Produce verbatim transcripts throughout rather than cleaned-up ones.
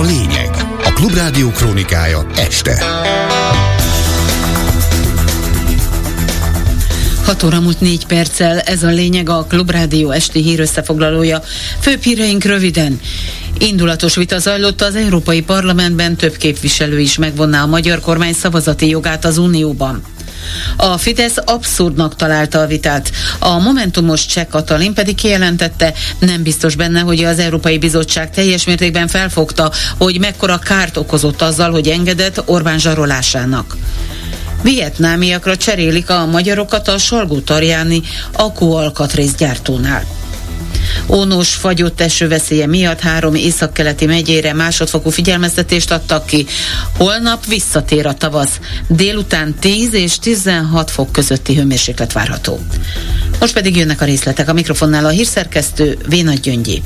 lényeg. A Klubrádió krónikája este. hat óra múlt négy perccel, ez a lényeg, a Klubrádió esti hírösszefoglalója. Főbb híreink röviden. Indulatos vita zajlott az Európai Parlamentben, több képviselő is megvonná a magyar kormány szavazati jogát az Unióban. A Fidesz abszurdnak találta a vitát. A Momentumos Cseh Katalin pedig kijelentette, nem biztos benne, hogy az Európai Bizottság teljes mértékben felfogta, hogy mekkora kárt okozott azzal, hogy engedett Orbán zsarolásának. Vietnámiakra cserélik a magyarokat a Salgótarjáni akkualkatrészgyártónál. Ónos fagyott esőveszélye miatt három északkeleti megyére másodfokú figyelmeztetést adtak ki. Holnap visszatér a tavasz. Délután tíz és tizenhat fok közötti hőmérséklet várható. Most pedig jönnek a részletek. A mikrofonnál a hírszerkesztő Vénagy Gyöngyi.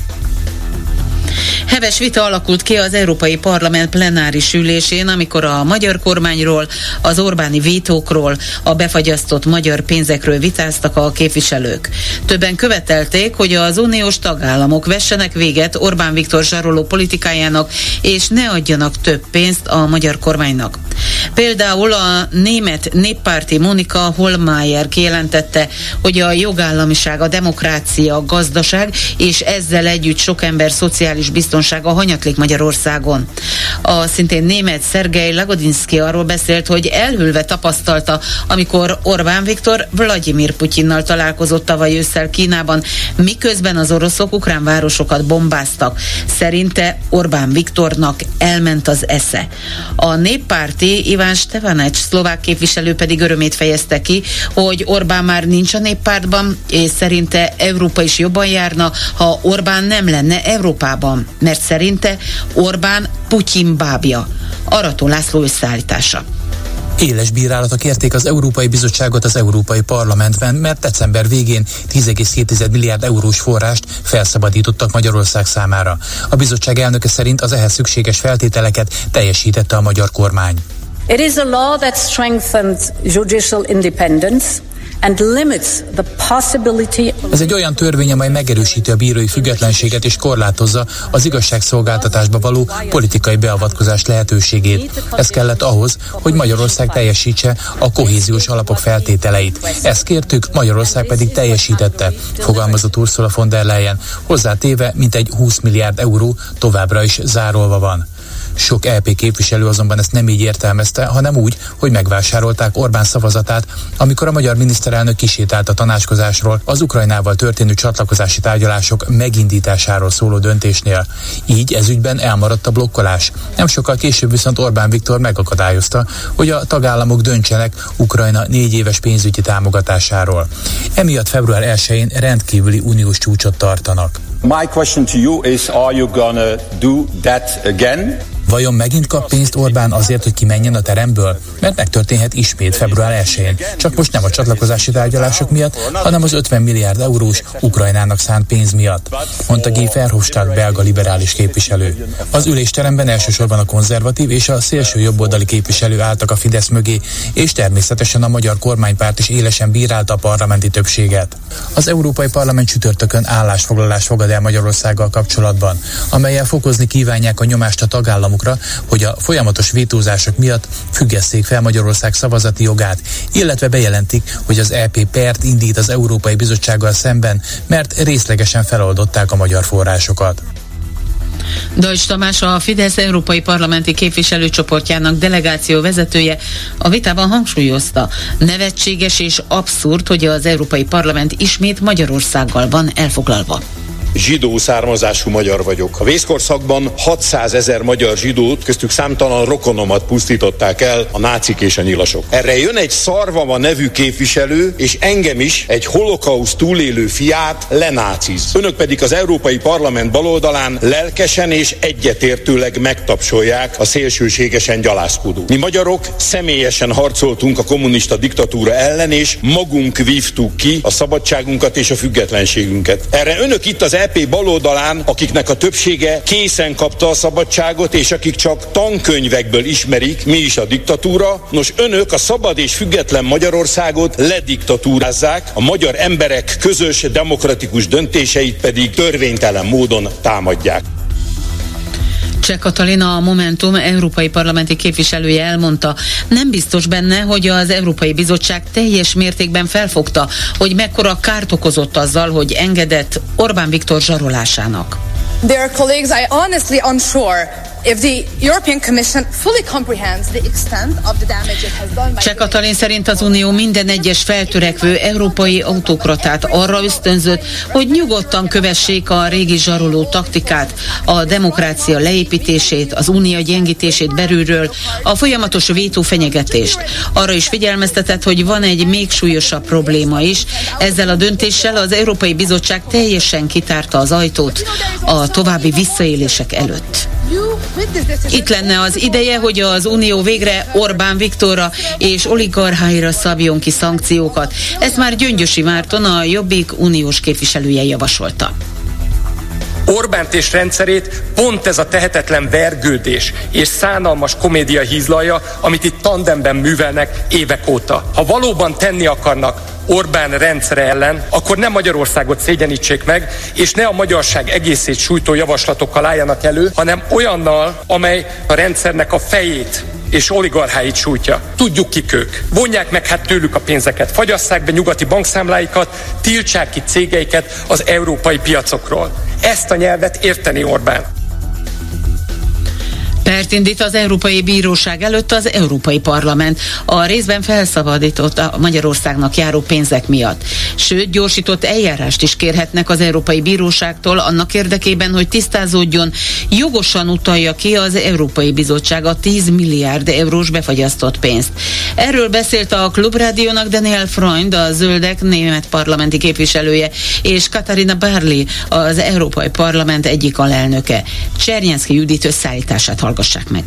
Heves vita alakult ki az Európai Parlament plenáris ülésén, amikor a magyar kormányról, az Orbáni vétókról, a befagyasztott magyar pénzekről vitáztak a képviselők. Többen követelték, hogy az uniós tagállamok vessenek véget Orbán Viktor zsaroló politikájának, és ne adjanak több pénzt a magyar kormánynak. Például a német néppárti Monika Hohlmeier kijelentette, hogy a jogállamiság, a demokrácia, a gazdaság és ezzel együtt sok ember szociális biztonsága hanyatlik Magyarországon. A szintén német Szergej Lagodinsky arról beszélt, hogy elhűlve tapasztalta, amikor Orbán Viktor Vladimir Putyinnal találkozott tavaly ősszel Kínában, miközben az oroszok ukrán városokat bombáztak. Szerinte Orbán Viktornak elment az esze. A néppárti Iván Stevanec szlovák képviselő pedig örömét fejezte ki, hogy Orbán már nincs a néppártban, és szerinte Európa is jobban járna, ha Orbán nem lenne Európában, mert szerinte Orbán Putyin bábja. Arató László összeállítása. Éles bírálatok érték az Európai Bizottságot az Európai Parlamentben, mert december végén tíz egész hét milliárd eurós forrást felszabadítottak Magyarország számára. A bizottság elnöke szerint az ehhez szükséges feltételeket teljesítette a magyar kormány. It is a law that strengthens judicial independence and limits the possibility. Ez egy olyan törvény, amely megerősíti a bírói függetlenséget és korlátozza az igazságszolgáltatásba való politikai beavatkozás lehetőségét. Ez kellett ahhoz, hogy Magyarország teljesítse a kohéziós alapok feltételeit. Ezt kértük, Magyarország pedig teljesítette, fogalmazott Ursula von der Leyen, hozzátéve mintegy húsz milliárd euró továbbra is zárolva van. Sok é pé képviselő azonban ezt nem így értelmezte, hanem úgy, hogy megvásárolták Orbán szavazatát, amikor a magyar miniszterelnök kisétált a tanácskozásról az Ukrajnával történő csatlakozási tárgyalások megindításáról szóló döntésnél. Így ezügyben elmaradt a blokkolás. Nem sokkal később viszont Orbán Viktor megakadályozta, hogy a tagállamok döntsenek Ukrajna négy éves pénzügyi támogatásáról. Emiatt február elsején rendkívüli uniós csúcsot tartanak. My question to you is, are you gonna do that again? Vajon megint kap pénzt Orbán azért, hogy kimenjen a teremből? Mert megtörténhet ismét február elsején. Csak most nem a csatlakozási tárgyalások miatt, hanem az ötven milliárd eurós Ukrajnának szánt pénz miatt, mondta Guy Verhofstadt belga liberális képviselő. Az ülésteremben elsősorban a konzervatív és a szélső jobboldali képviselő álltak a Fidesz mögé, és természetesen a magyar kormánypárt is élesen bírálta a parlamenti többséget. Az Európai Parlament csütörtökön állásfoglalást fogad el Magyarországgal kapcsolatban, amellyel fokozni kívánják a nyomást a tagállamok, hogy a folyamatos vétózások miatt függesszék fel Magyarország szavazati jogát, illetve bejelentik, hogy az é pé pert indít az Európai Bizottsággal szemben, mert részlegesen feloldották a magyar forrásokat. Deutsch Tamás, a Fidesz európai parlamenti képviselőcsoportjának delegáció vezetője a vitában hangsúlyozta, nevetséges és abszurd, hogy az Európai Parlament ismét Magyarországgal van elfoglalva. Zsidó származású magyar vagyok. A vészkorszakban hatszázezer magyar zsidót, köztük számtalan rokonomat pusztították el a nácik és a nyilasok. Erre jön egy Szarvama nevű képviselő, és engem is, egy holokauszt túlélő fiát lenáciz. Önök pedig az Európai Parlament baloldalán lelkesen és egyetértőleg megtapsolják a szélsőségesen gyalászkodót. Mi magyarok személyesen harcoltunk a kommunista diktatúra ellen, és magunk vívtuk ki a szabadságunkat és a függetlenségünket. Erre önök itt az é pé baloldalán, akiknek a többsége készen kapta a szabadságot, és akik csak tankönyvekből ismerik, mi is a diktatúra, nos önök a szabad és független Magyarországot lediktatúrázzák, a magyar emberek közös demokratikus döntéseit pedig törvénytelen módon támadják. Cseh Katalina, a Momentum európai parlamenti képviselője elmondta, nem biztos benne, hogy az Európai Bizottság teljes mértékben felfogta, hogy mekkora kárt okozott azzal, hogy engedett Orbán Viktor zsarolásának. Dear colleagues, I honestly unsure if the European Commission fully comprehends the extent of the damage it has done by... Cseh Katalin szerint az Unió minden egyes feltörekvő európai autokratát arra ösztönzött, hogy nyugodtan kövessék a régi zsaroló taktikát, a demokrácia leépítését, az unió gyengítését belülről, a folyamatos vétó fenyegetést. Arra is figyelmeztetett, hogy van egy még súlyosabb probléma is. Ezzel a döntéssel az Európai Bizottság teljesen kitárta az ajtót a további visszaélések előtt. Itt lenne az ideje, hogy az Unió végre Orbán Viktorra és oligarcháira szabjon ki szankciókat. Ezt már Gyöngyösi Márton, a Jobbik uniós képviselője javasolta. Orbánt és rendszerét pont ez a tehetetlen vergődés és szánalmas komédia hízlalja, amit itt tandemben művelnek évek óta. Ha valóban tenni akarnak Orbán rendszere ellen, akkor nem Magyarországot szégyenítsék meg, és ne a magyarság egészét sújtó javaslatokkal álljanak elő, hanem olyannal, amely a rendszernek a fejét és oligarcháit sújtja. Tudjuk, kik ők. Vonják meg hát tőlük a pénzeket, fagyasszák be nyugati bankszámláikat, tiltsák ki cégeiket az európai piacokról. Ezt a nyelvet érteni Orbán. Pert indít az Európai Bíróság előtt az Európai Parlament a részben felszabadított a Magyarországnak járó pénzek miatt. Sőt, gyorsított eljárást is kérhetnek az Európai Bíróságtól annak érdekében, hogy tisztázódjon, jogosan utalja ki az Európai Bizottság a tíz milliárd eurós befagyasztott pénzt. Erről beszélt a Klubrádiónak Daniel Freund, a Zöldek német parlamenti képviselője, és Katarina Barley, az Európai Parlament egyik alelnöke. Csernyánszky Judit összeállítását hallgassák meg.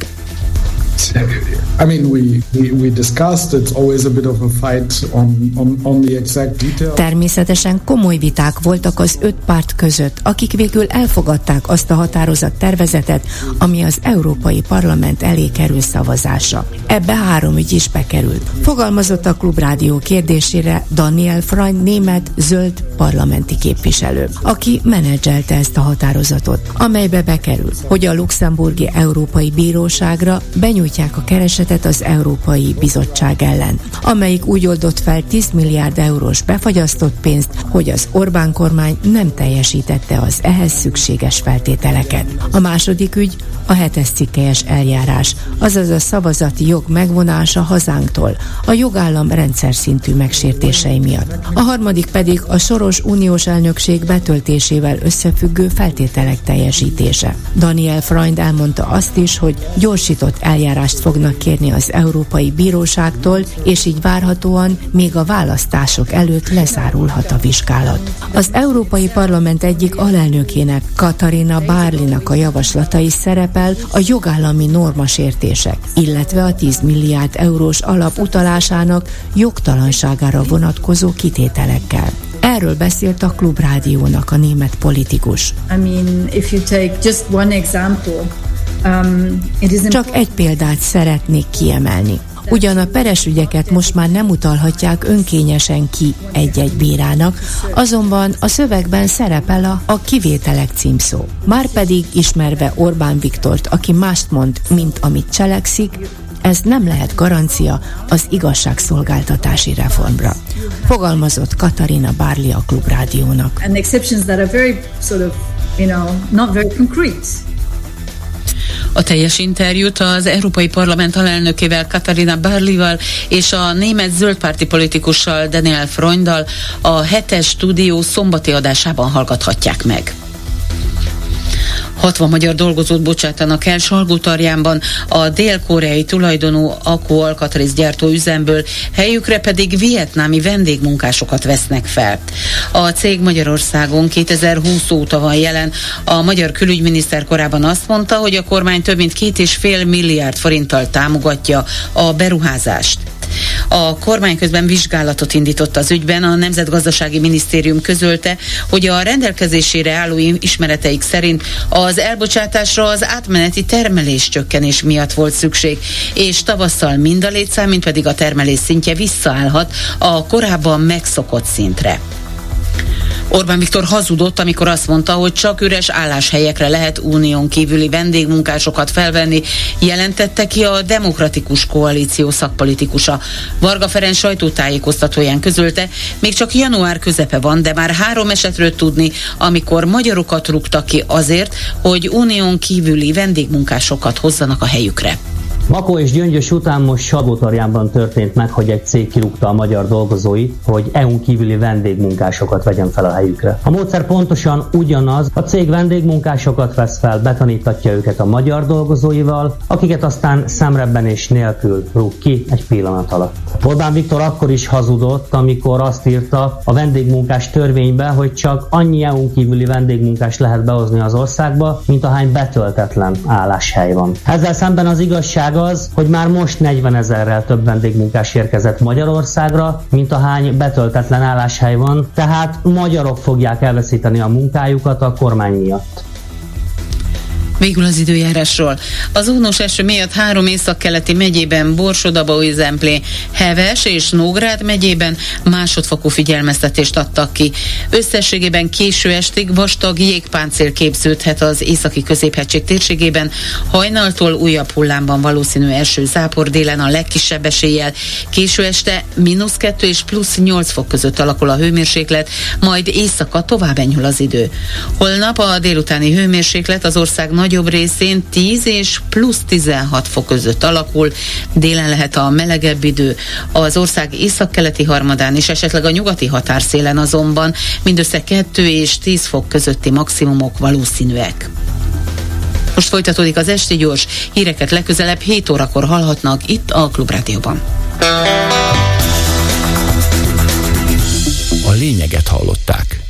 I mean, we, we, we discussed, it's always a bit of a fight on, on, on the exact detail. Természetesen komoly viták voltak az öt párt között, akik végül elfogadták azt a határozat tervezetet, ami az Európai Parlament elé kerül szavazásra. Ebbe három ügy is bekerült. Fogalmazott a Klubrádió kérdésére Daniel Freund, német zöld parlamenti képviselő, aki menedzselte ezt a határozatot, amelybe bekerült, hogy a luxemburgi Európai Bíróságra benyújtják a keresetet az Európai Bizottság ellen, amelyik úgy oldott fel tíz milliárd eurós befagyasztott pénzt, hogy az Orbán kormány nem teljesítette az ehhez szükséges feltételeket. A második ügy a hetes cikkelyes eljárás, azaz a szavazati jog megvonása hazánktól, a jogállam rendszer szintű megsértései miatt. A harmadik pedig a soros uniós elnökség betöltésével összefüggő feltételek teljesítése. Daniel Freund elmondta azt is, hogy gyorsított eljárást fognak kérni az Európai Bíróságtól, és így várhatóan még a választások előtt lezárulhat a vizsgálat. Az Európai Parlament egyik alelnökének, Katarina Barleynak a javaslatai szerepel a jogállami normasértések, illetve a tíz milliárd eurós alap utalásának jogtalanságára vonatkozó kitételekkel. Erről beszélt a Klubrádiónak a német politikus. I mean, if you take just one example, um, it is Csak egy példát szeretnék kiemelni. Ugyan a peres ügyeket most már nem utalhatják önkényesen ki egy-egy bírának, azonban a szövegben szerepel a, a kivételek címszó. Márpedig ismerve Orbán Viktort, aki mást mond, mint amit cselekszik, ez nem lehet garancia az igazságszolgáltatási reformra. Fogalmazott Katarina Barley a Klubrádiónak. And exceptions that are very sort of, you know, not very concrete. A teljes interjút az Európai Parlament alelnökével, Katarina Barleyval és a német zöldpárti politikussal, Daniel Freunddal a hetes stúdió szombati adásában hallgathatják meg. hatvan magyar dolgozót bocsátanak el Salgótarjánban a dél-koreai tulajdonú Akku alkatrészgyártó üzemből, helyükre pedig vietnámi vendégmunkásokat vesznek fel. A cég Magyarországon kétezer-húsz óta van jelen. A magyar külügyminiszter korábban azt mondta, hogy a kormány több mint két és fél milliárd forinttal támogatja a beruházást. A kormány közben vizsgálatot indított az ügyben. A Nemzetgazdasági Minisztérium közölte, hogy a rendelkezésére álló ismereteik szerint az elbocsátásra az átmeneti termelés csökkenés miatt volt szükség, és tavasszal mind a létszám, mind pedig a termelés szintje visszaállhat a korábban megszokott szintre. Orbán Viktor hazudott, amikor azt mondta, hogy csak üres álláshelyekre lehet unión kívüli vendégmunkásokat felvenni, jelentette ki a Demokratikus Koalíció szakpolitikusa. Varga Ferenc sajtótájékoztatóján közölte, még csak január közepe van, de már három esetről tudni, amikor magyarokat rúgtak ki azért, hogy unión kívüli vendégmunkásokat hozzanak a helyükre. Makó és Gyöngyös után most Salgótarjánban történt meg, hogy egy cég kirúgta a magyar dolgozóit, hogy é u-n kívüli vendégmunkásokat vegyen fel a helyükre. A módszer pontosan ugyanaz, a cég vendégmunkásokat vesz fel, betanítatja őket a magyar dolgozóival, akiket aztán szemrebbenés nélkül rúg ki egy pillanat alatt. Orbán Viktor akkor is hazudott, amikor azt írta a vendégmunkás törvénybe, hogy csak annyi é u-n kívüli vendégmunkást lehet behozni az országba, mint ahány betöltetlen álláshely van. Ezzel szemben az igazság az, hogy már most negyvenezerrel több vendégmunkás érkezett Magyarországra, mint ahány betöltetlen álláshely van, tehát magyarok fogják elveszíteni a munkájukat a kormány miatt. Végül az időjárásról. Az ónos eső miatt három északkeleti megyében, Borsod-Abaúj-Zemplén, Heves és Nógrád megyében másodfokú figyelmeztetést adtak ki. Összességében késő estig vastag jégpáncél képződhet az északi középhegység térségében. Hajnaltól újabb hullámban valószínű eső, zápor, délen a legkisebb eséllyel. Késő este mínusz kettő és plusz nyolc fok között alakul a hőmérséklet, majd éjszaka tovább enyhül az idő. Holnap a délutáni hőmérséklet az ország nagyobb részén tíz és plusz tizenhat fok között alakul, délen lehet a melegebb idő, az ország északkeleti harmadán és esetleg a nyugati határszélen azonban mindössze kettő és tíz fok közötti maximumok valószínűek. Most folytatódik az Esti Gyors, híreket legközelebb hét órakor hallhatnak itt a Klubrádióban. A lényeget hallották.